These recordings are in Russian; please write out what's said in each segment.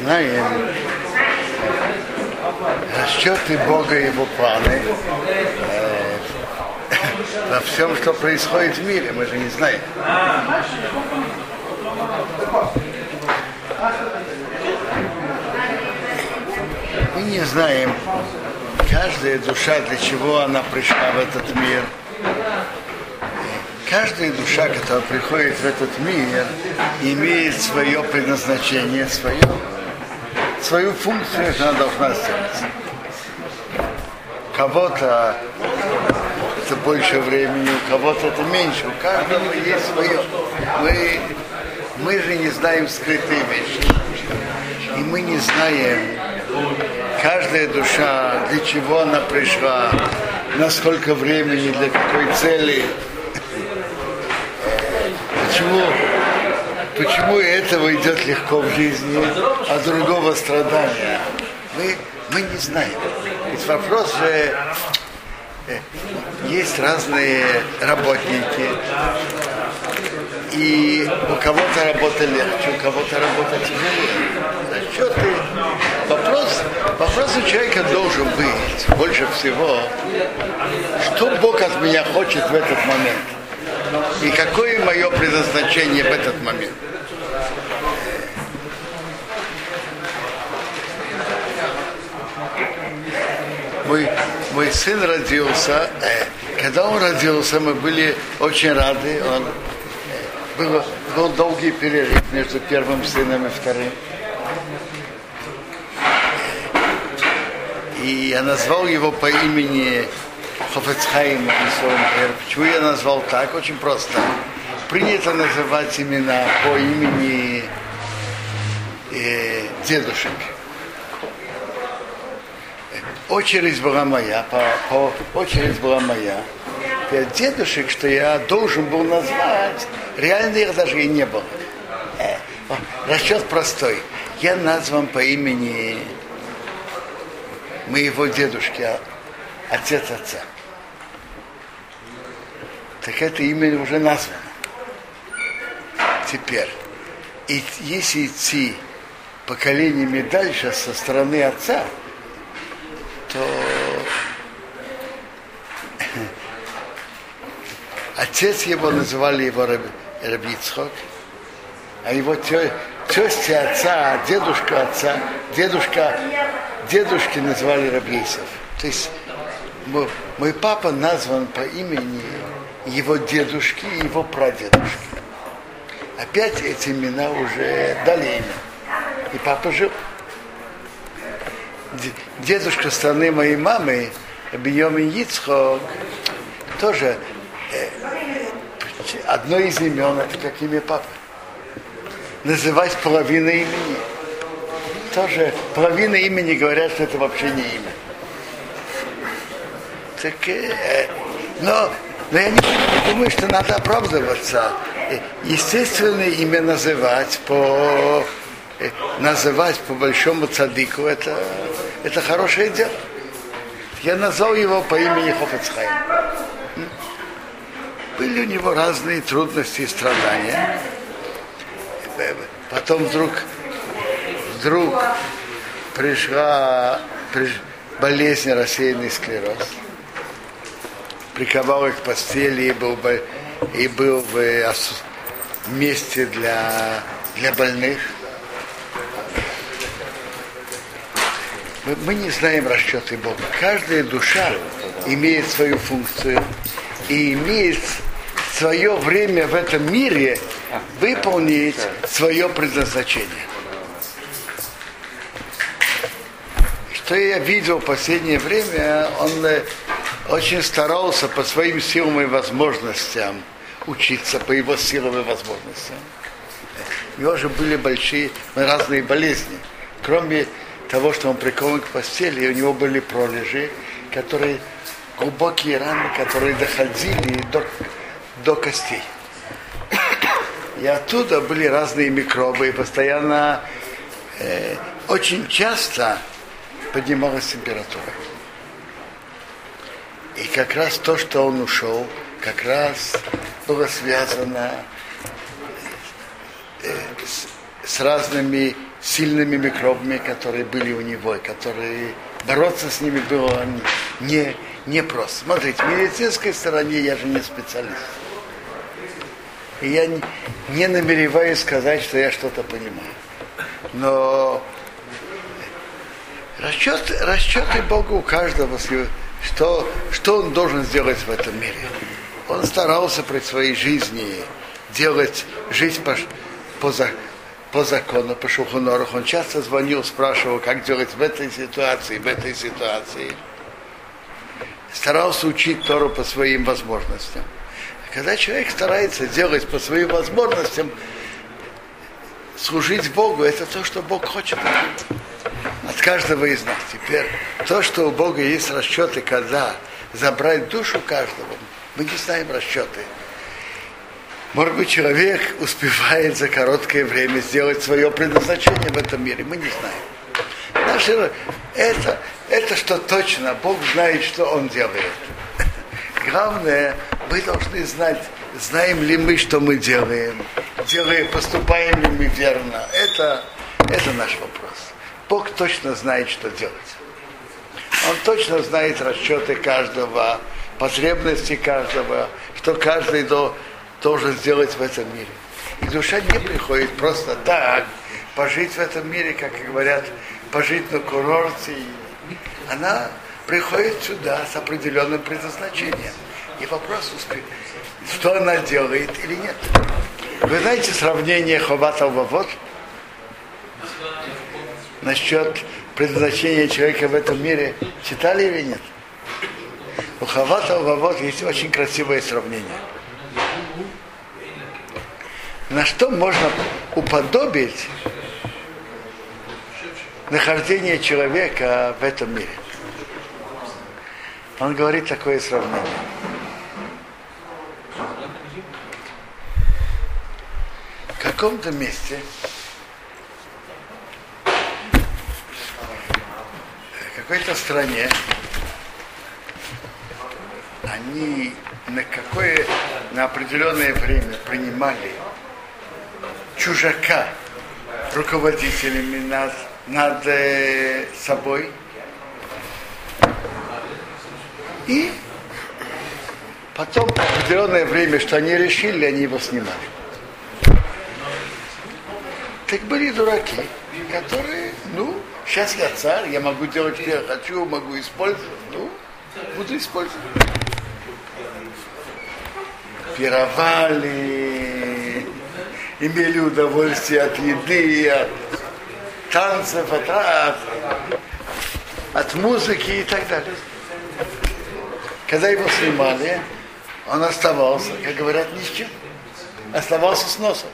знаем расчеты Бога и Его планы во всем, что происходит в мире, мы же не знаем. Мы не знаем, каждая душа, для чего она пришла в этот мир. Каждая душа, которая приходит в этот мир, имеет свое предназначение, свою функцию, что она должна сделать. Кого-то это больше времени, у кого-то это меньше, у каждого есть свое. Мы же не знаем скрытые вещи. И мы не знаем, каждая душа, для чего она пришла, на сколько времени, для какой цели. Почему этого идет легко в жизни, а другого страдания? Мы не знаем. Ведь вопрос же, есть разные работники, и у кого-то работа легче, у кого-то работа тяжелее. Расчеты. Вопрос у человека должен быть, больше всего, что Бог от меня хочет в этот момент. И какое мое предназначение в этот момент? Мой сын родился. Когда он родился, мы были очень рады. Был долгий перерыв между первым сыном и вторым. И я назвал его по имени Хафец Хаим. Почему я назвал так? Очень просто. Принято называть имена по имени дедушек. Очередь была моя, очередь была моя. Дедушек, что я должен был назвать, реально их даже и не было. Расчет простой. Я назван по имени моего дедушки, отец отца. Так это имя уже названо. Теперь, если идти поколениями дальше со стороны отца, то отец его называли его Рабби Ицхок, а его тестя отца, дедушка отца, дедушки называли Рабби Йосеф. То есть мой папа назван по имени его дедушки и его прадедушки. Опять эти имена уже дали имя. И папа жил. Дедушка страны моей мамы, Биньямин Ицхок, тоже одно из имен, это как имя папы. Называть половиной имени. Тоже половина имени говорят, что это вообще не имя. Так, но я не думаю, что надо оправдываться. Естественное имя называть по большому цадику, это хорошее дело. Я назвал его по имени Хафец Хаим. Были у него разные трудности и страдания. Потом вдруг пришла болезнь, рассеянный склероз. Приковал их к постели и был в месте для больных. Мы не знаем расчеты Бога. Каждая душа имеет свою функцию и имеет свое время в этом мире выполнить свое предназначение. Что я видел в последнее время, он очень старался по своим силам и возможностям учиться, по его силам и возможностям. У него же были разные болезни. Кроме того, что он прикован к постели, у него были пролежи, глубокие раны, которые доходили до костей. И оттуда были разные микробы, и постоянно, очень часто поднималась температура. И как раз то, что он ушел, как раз было связано с разными сильными микробами, которые были у него, и которые бороться с ними было не просто. Смотрите, в медицинской стороне я же не специалист. И я не намереваюсь сказать, что я что-то понимаю. Но расчеты Бога у каждого, что он должен сделать в этом мире. Он старался при своей жизни делать жизнь по закону, по Шулхан Арух. Он часто звонил, спрашивал, как делать в этой ситуации. Старался учить Тору по своим возможностям. А когда человек старается делать по своим возможностям, служить Богу, это то, что Бог хочет от каждого из нас. Теперь, то, что у Бога есть расчеты, когда забрать душу каждого, мы не знаем расчеты. Может быть, человек успевает за короткое время сделать свое предназначение в этом мире. Мы не знаем. Это что точно. Бог знает, что Он делает. Главное, мы должны знать, знаем ли мы, что мы делаем, поступаем ли мы верно. Это наш вопрос. Бог точно знает, что делать. Он точно знает расчеты каждого, потребности каждого, что каждый должен сделать в этом мире. И душа не приходит просто так, пожить в этом мире, как говорят, пожить на курорте. Она приходит сюда с определенным предназначением. И вопрос, что она делает или нет. Вы знаете сравнение Ховат аль-Вавот насчет предназначения человека в этом мире? Читали или нет? У Ховат аль-Вавот есть очень красивое сравнение. На что можно уподобить нахождение человека в этом мире? Он говорит такое сравнение. В каком-то месте в какой-то стране они на определенное время принимали чужака руководителями над собой. И потом, в определенное время, что они решили, они его снимали. Так были дураки, которые, сейчас я царь, я могу делать, что я хочу, могу использовать, буду использовать. Пировали, имели удовольствие от еды, от танцев, от музыки и так далее. Когда его снимали, он оставался, как говорят, ни с чем. Оставался с носом.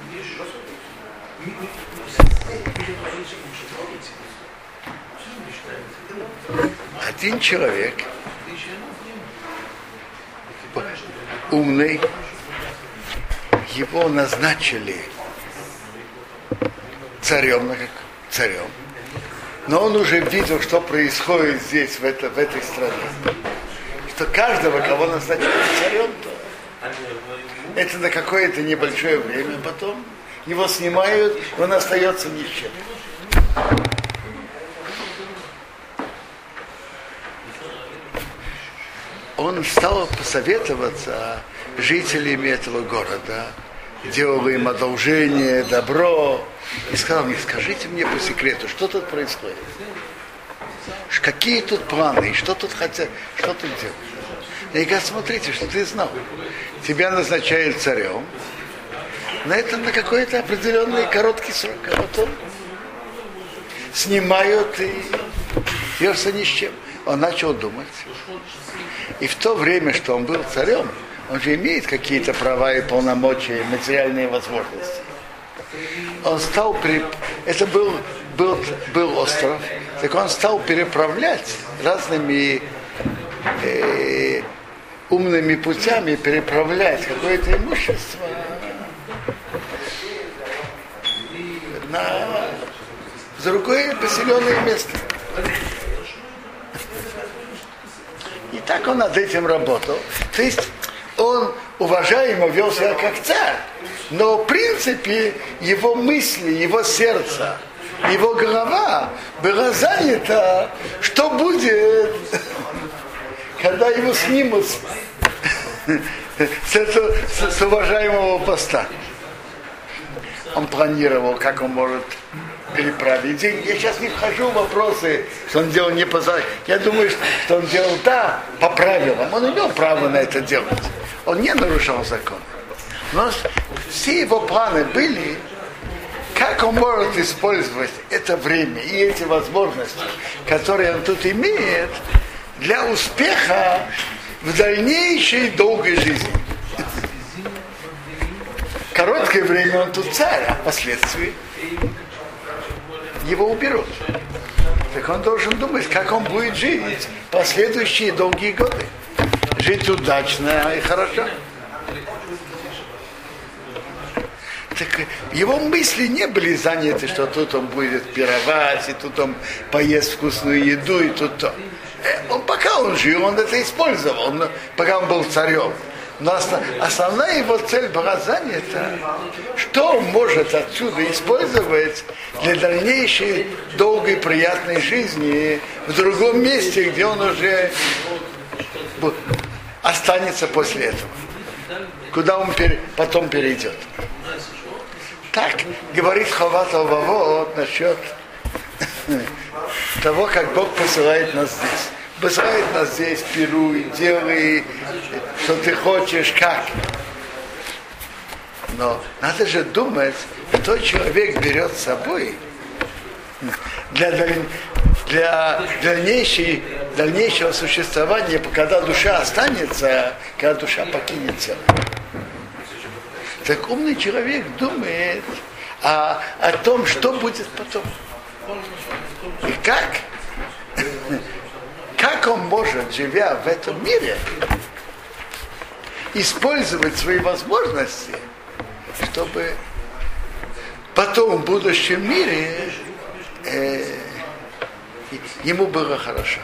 Один человек, умный, его назначили царем, но он уже видел, что происходит здесь, в этой стране. Что каждого, кого назначили царем, это на какое-то небольшое время, потом его снимают, он остается ни с чем. Он стал посоветоваться жителями этого города, делал им одолжение, добро, и сказал мне, скажите мне по секрету, что тут происходит? Какие тут планы, что тут делать? И говорят, смотрите, что ты знал. Тебя назначают царем, но это на какой-то определенный короткий срок, а потом снимают и верся ни с чем. Он начал думать. И в то время, что он был царем, он же имеет какие-то права и полномочия, материальные возможности. Он стал, это был остров, так он стал переправлять разными умными путями, переправлять какое-то имущество в другое поселенное место. И так он над этим работал. То есть он уважаемо вел себя как царь, но в принципе его мысли, его сердце, его голова была занята, что будет, когда его снимут с уважаемого поста. Он планировал, как он может переправить деньги. Я сейчас не вхожу в вопросы, что он делал не по закону. Я думаю, что он делал по правилам. Он имел право на это делать. Он не нарушал закон. Но все его планы были, как он может использовать это время и эти возможности, которые он тут имеет, для успеха в дальнейшей долгой жизни. Короткое время он тут царь, а впоследствии его уберут. Так он должен думать, как он будет жить последующие долгие годы. Жить удачно и хорошо. Так его мысли не были заняты, что тут он будет пировать, и тут он поест вкусную еду, и тут то. Пока он жил, он это использовал, пока он был царем. Но основная его цель была занята, что он может отсюда использовать для дальнейшей долгой приятной жизни в другом месте, где он уже останется после этого, куда он потом перейдет. Так говорит Хават Алвавот насчет того, как Бог посылает нас здесь. Посылает нас здесь, пируй, делай, что ты хочешь, как. Но надо же думать, что человек берет с собой для дальнейшего существования, когда душа останется, когда душа покинет тело. Так умный человек думает о том, что будет потом. И как он может, живя в этом мире, использовать свои возможности, чтобы потом в будущем мире ему было хорошо.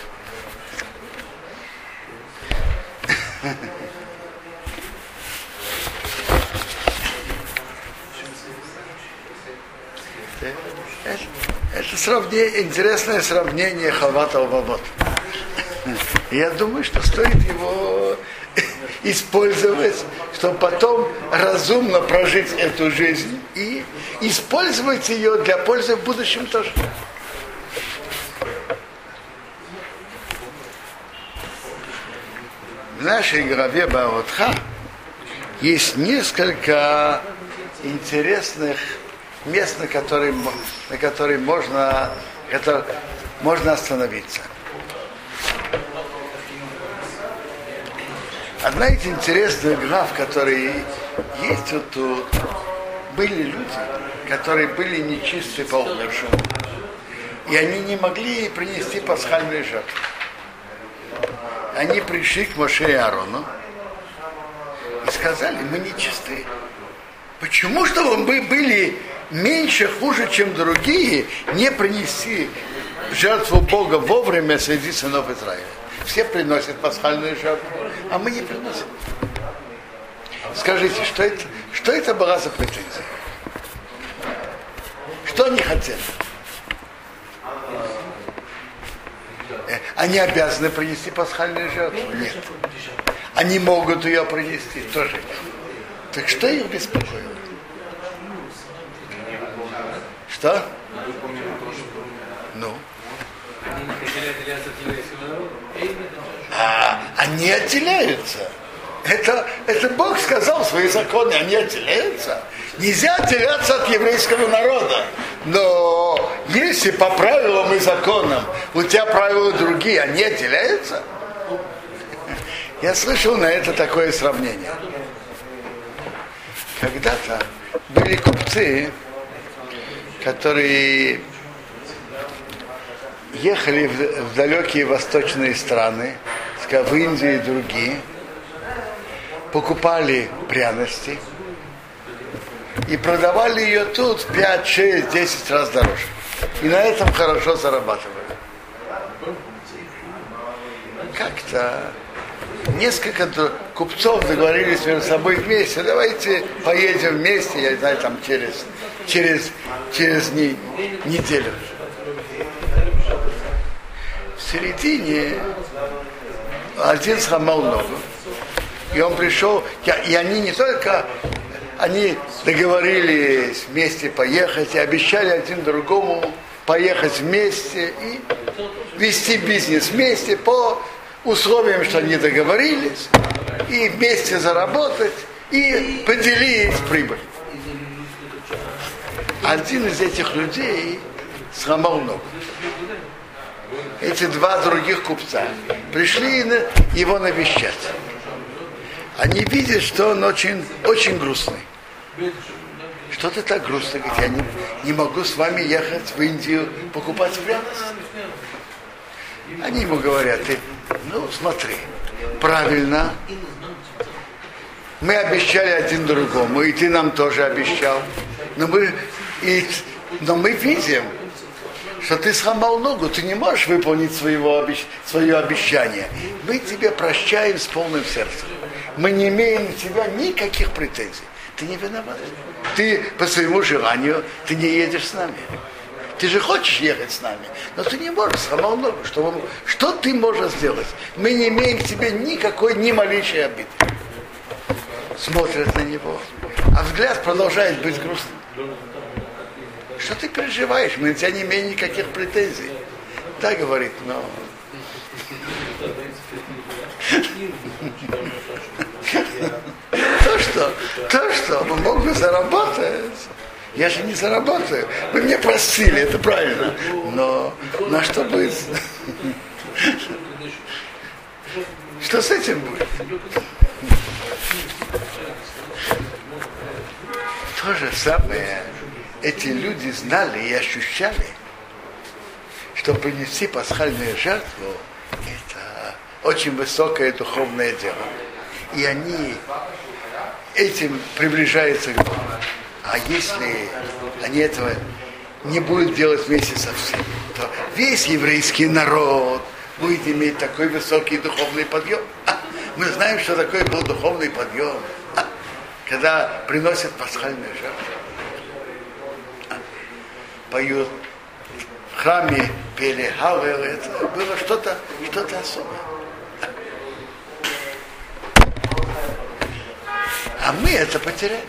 Это интересное сравнение Хават Алвавот. Я думаю, что стоит его использовать, чтобы потом разумно прожить эту жизнь и использовать ее для пользы в будущем тоже. В нашей главе Баотха есть несколько интересных мест, на которые можно остановиться. Одна из интересных глав, которые есть вот тут, были люди, которые были нечисты по умершему, и они не могли принести пасхальную жертву. Они пришли к Моше и Аарону и сказали: мы нечисты. Почему, чтобы мы были меньше, хуже, чем другие, не принести жертву Бога вовремя среди сынов Израиля? Все приносят пасхальную жертву, а мы не приносим. Скажите, что это была за претензия? Что они хотели? Они обязаны принести пасхальную жертву? Нет. Они могут ее принести? Тоже нет. Так что их беспокоило? Что? Ну? Они отделяются. Это Бог сказал в свои законы, они отделяются. Нельзя отделяться от еврейского народа. Но если по правилам и законам у тебя правила другие, они отделяются? Я слышал на это такое сравнение. Когда-то были купцы, которые ехали в далекие восточные страны, в Индию и другие, покупали пряности и продавали ее тут в 5, 6, 10 раз дороже. И на этом хорошо зарабатывали. Как-то несколько купцов договорились между собой вместе, давайте поедем вместе, я знаю, там через неделю. В середине один сломал ногу, и он пришел, и они не только, они договорились вместе поехать, и обещали один другому поехать вместе и вести бизнес вместе по условиям, что они договорились, и вместе заработать, и поделить прибыль. Один из этих людей сломал ногу. Эти два других купца пришли его навещать. Они видят, что он очень, очень грустный. Что ты так грустный? Говорит, я не могу с вами ехать в Индию покупать пряность. Они ему говорят, смотри, правильно, мы обещали один другому, и ты нам тоже обещал, но мы видим, что ты сломал ногу, ты не можешь выполнить свое обещание. Мы тебе прощаем с полным сердцем. Мы не имеем на тебя никаких претензий. Ты не виноват. Ты по своему желанию, ты не едешь с нами. Ты же хочешь ехать с нами, но ты не можешь, сломал ногу. Что ты можешь сделать? Мы не имеем к тебе ни малейшей обиды. Смотрят на него, а взгляд продолжает быть грустным. Что ты переживаешь? Мы на тебя не имеем никаких претензий. Так говорит, но... То, что он мог бы заработать, я же не заработаю. Вы меня простили, это правильно. Но на что будет? Что с этим будет? То же самое эти люди знали и ощущали, что принести пасхальную жертву – это очень высокое духовное дело. И они этим приближаются к Богу. А если они этого не будут делать вместе со всеми, то весь еврейский народ будет иметь такой высокий духовный подъем. Мы знаем, что такое был духовный подъем, когда приносят пасхальную жертву. Поют в храме, пели Халел, это было что-то особое. А мы это потеряли.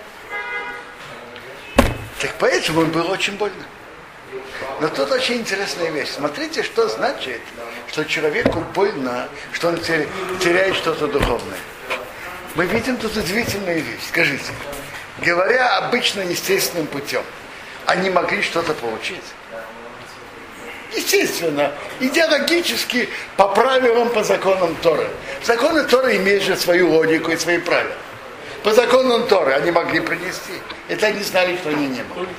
Так поэтому было очень больно. Но тут очень интересная вещь. Смотрите, что значит, что человеку больно, что он теряет что-то духовное. Мы видим тут удивительную вещь. Скажите, говоря обычно естественным путем, они могли что-то получить? Естественно, идеологически, по правилам, по законам Торы. Законы Торы имеют же свою логику и свои правила. По законам Торы они могли принести. Это они знали, что они не могли.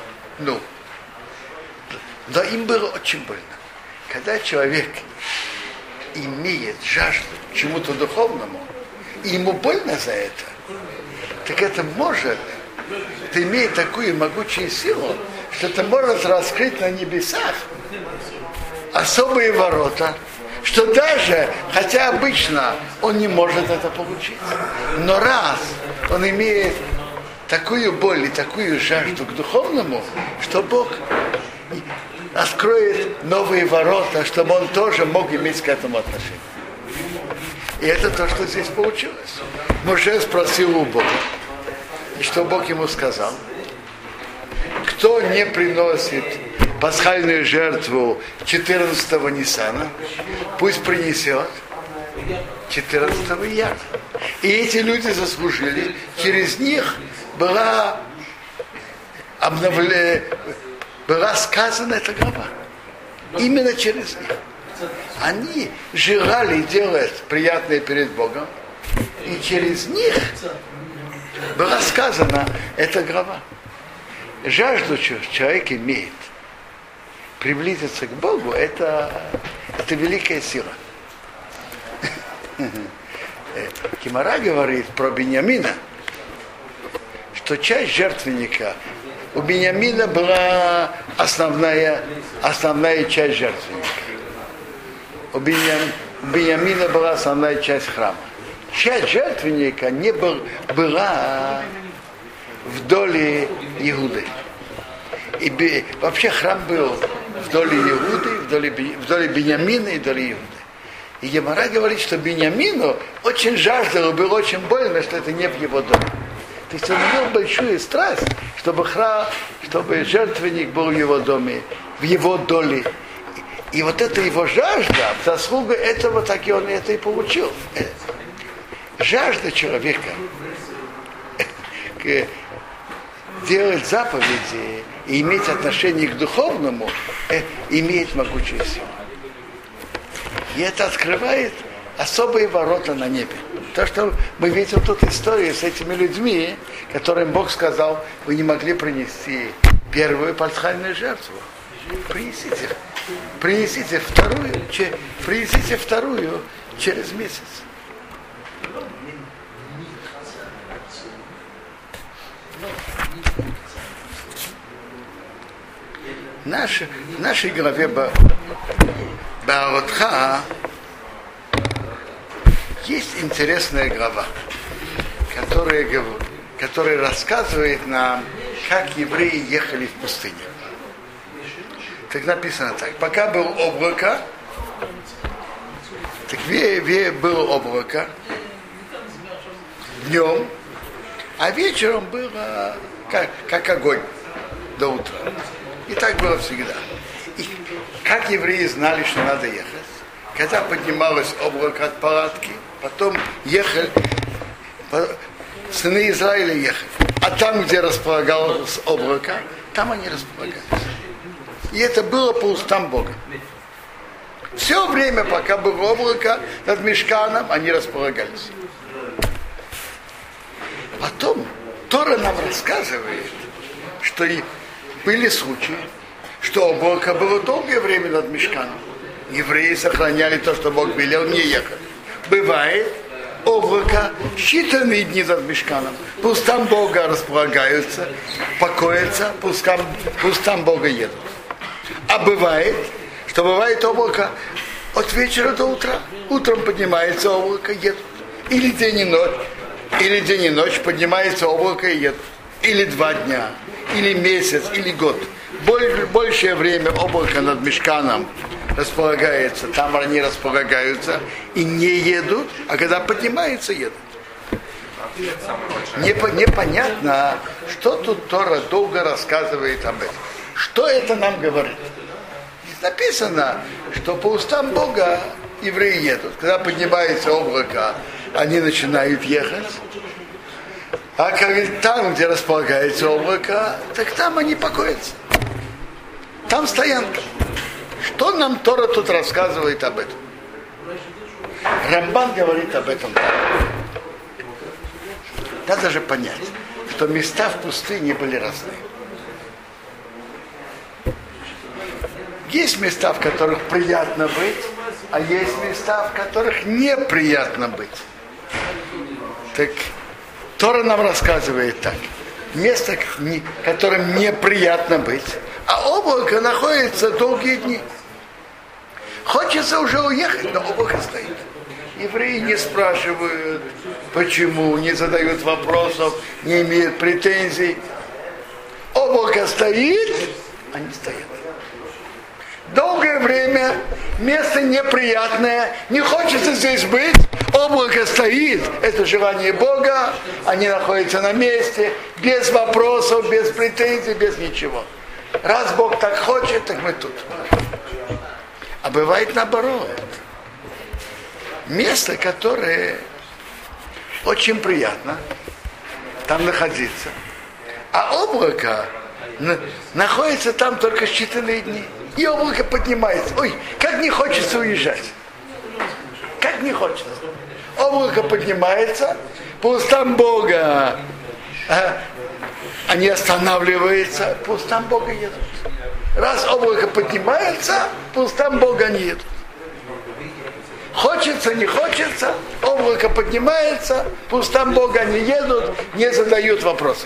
Но им было очень больно. Когда человек имеет жажду к чему-то духовному, и ему больно за это, так это имеет такую могучую силу, что это может раскрыть на небесах особые ворота, что даже, хотя обычно он не может это получить, но раз он имеет такую боль и такую жажду к духовному, что Бог откроет новые ворота, чтобы он тоже мог иметь к этому отношение. И это то, что здесь получилось. Моше спросил у Бога, и что Бог ему сказал? Кто не приносит пасхальную жертву 14-го Ниссана, пусть принесет 14-го Ияра. И эти люди заслужили, через них была сказана эта глава. Именно через них. Они желали делать приятное перед Богом, и через них была сказана эта глава. Жажду человек имеет приблизиться к Богу, это великая сила. Гемара говорит про Биньямина, что часть жертвенника у Биньямина была основная часть жертвенника. У Биньямина была основная часть храма. часть жертвенника была в доле Иуды. И вообще храм был в доле Иуды, в доле Биньямина и в доле Иуды. И Гемара говорит, что Биньямину очень жаждал, было очень больно, что это не в его доме. То есть он имел большую страсть, чтобы жертвенник был в его доме, в его доле. И вот эта его жажда, заслуга этого, так и он это и получил. Жажда человека делать заповеди и иметь отношение к духовному, имеет могучую силу. И это открывает особые ворота на небе. То, что мы видим тут историю с этими людьми, которым Бог сказал, вы не могли принести первую пасхальную жертву. Принесите вторую через месяц. В нашей главе Бааротха есть интересная глава, которая рассказывает нам, как евреи ехали в пустыне. Так написано так. Пока был облако, так было облако днем, а вечером было как огонь до утра. И так было всегда. И как евреи знали, что надо ехать? Когда поднималось облако от палатки, потом ехали, сыны Израиля ехали. А там, где располагалось облако, там они располагались. И это было по устам Бога. Все время, пока было облако над Мишканом, они располагались. Потом Тора нам рассказывает, что были случаи, что облако было долгое время над Мишканом. Евреи сохраняли то, что Бог велел, не ехать. Бывает, облако считанные дни над Мишканом. По устам Бога располагаются, покоятся, по устам Бога едут. А бывает облако от вечера до утра. Утром поднимается облако, едут. Или день и ночь поднимается облако и едут. Или 2 дня, или месяц, или год. Большее время облако над Мишканом располагается, там они располагаются и не едут, а когда поднимается, едут. Непонятно, что тут Тора долго рассказывает об этом. Что это нам говорит? Написано, что по устам Бога евреи едут. Когда поднимается облако, они начинают ехать. А там, где располагается облако, так там они покоятся. Там стоянка. Что нам Тора тут рассказывает об этом? Рамбан говорит об этом. Надо же понять, что места в пустыне были разные. Есть места, в которых приятно быть, а есть места, в которых неприятно быть. Так Тора нам рассказывает так. Место, которым неприятно быть, а облако находится долгие дни. Хочется уже уехать, но облако стоит. Евреи не спрашивают, почему, не задают вопросов, не имеют претензий. Облако стоит, они стоят. Долгое время, место неприятное, не хочется здесь быть, облако стоит, это желание Бога, они находятся на месте, без вопросов, без претензий, без ничего. Раз Бог так хочет, так мы тут. А бывает наоборот. Место, которое очень приятно там находиться, а облако находится там только считанные дни. И облако поднимается. Ой, как не хочется уезжать. Как не хочется. Облако поднимается, по устам Бога они останавливаются, по устам Бога едут. Раз облако поднимается, по устам Бога они едут. Хочется, не хочется, облако поднимается, по устам Бога они едут, не задают вопросов.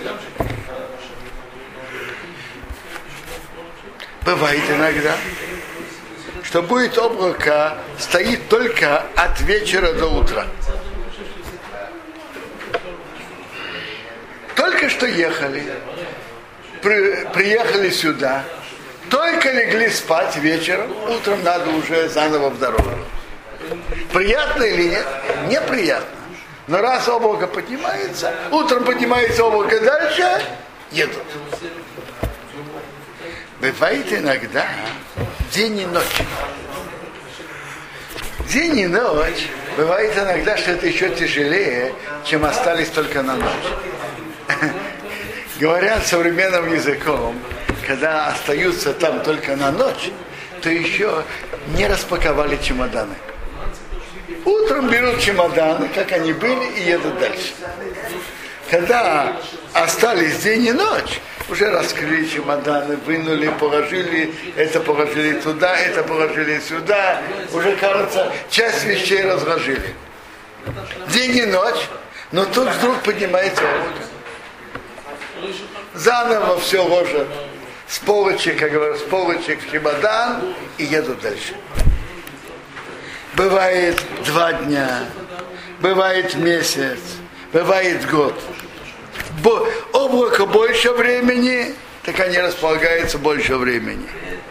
Бывает иногда, что будет облако стоит только от вечера до утра. только что ехали, приехали сюда, только легли спать вечером, утром надо уже заново в дорогу. Приятно или нет? Неприятно. Но раз облако поднимается, утром поднимается облако дальше, едут. Бывает иногда день и ночь. День и ночь. Бывает иногда, что это еще тяжелее, чем остались только на ночь. Говорят современным языком, когда остаются там только на ночь, то еще не распаковали чемоданы. Утром берут чемоданы, как они были, и едут дальше. Когда остались день и ночь, уже раскрыли чемоданы, вынули, положили, это положили туда, это положили сюда. Уже, кажется, часть вещей разложили. День и ночь, но тут вдруг поднимается облако. Заново все ложат с полочек, как говорят, с полочек в чемодан и едут дальше. Бывает 2 дня, бывает месяц, бывает год. Облако больше времени, так они располагаются больше времени.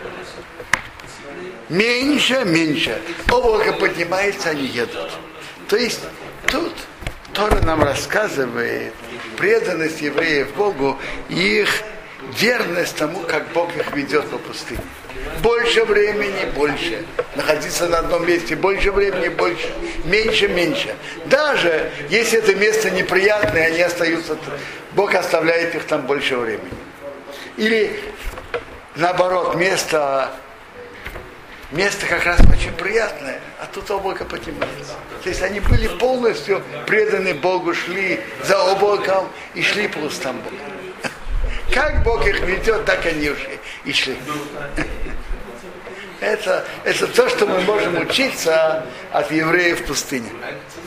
Меньше. Облако поднимается, они едут. То есть тут Тора нам рассказывает преданность евреев Богу и их верность тому, как Бог их ведет по пустыне. Больше времени, больше. Находиться на одном месте, больше времени, больше. Меньше. Даже если это место неприятное, они остаются, Бог оставляет их там больше времени. Или наоборот, место как раз очень приятное, а тут облако поднимается. То есть они были полностью преданы Богу, шли за облаком и шли по устам Бога. Как Бог их ведет, так они ушли и шли. Это то, что мы можем учиться от евреев в пустыне.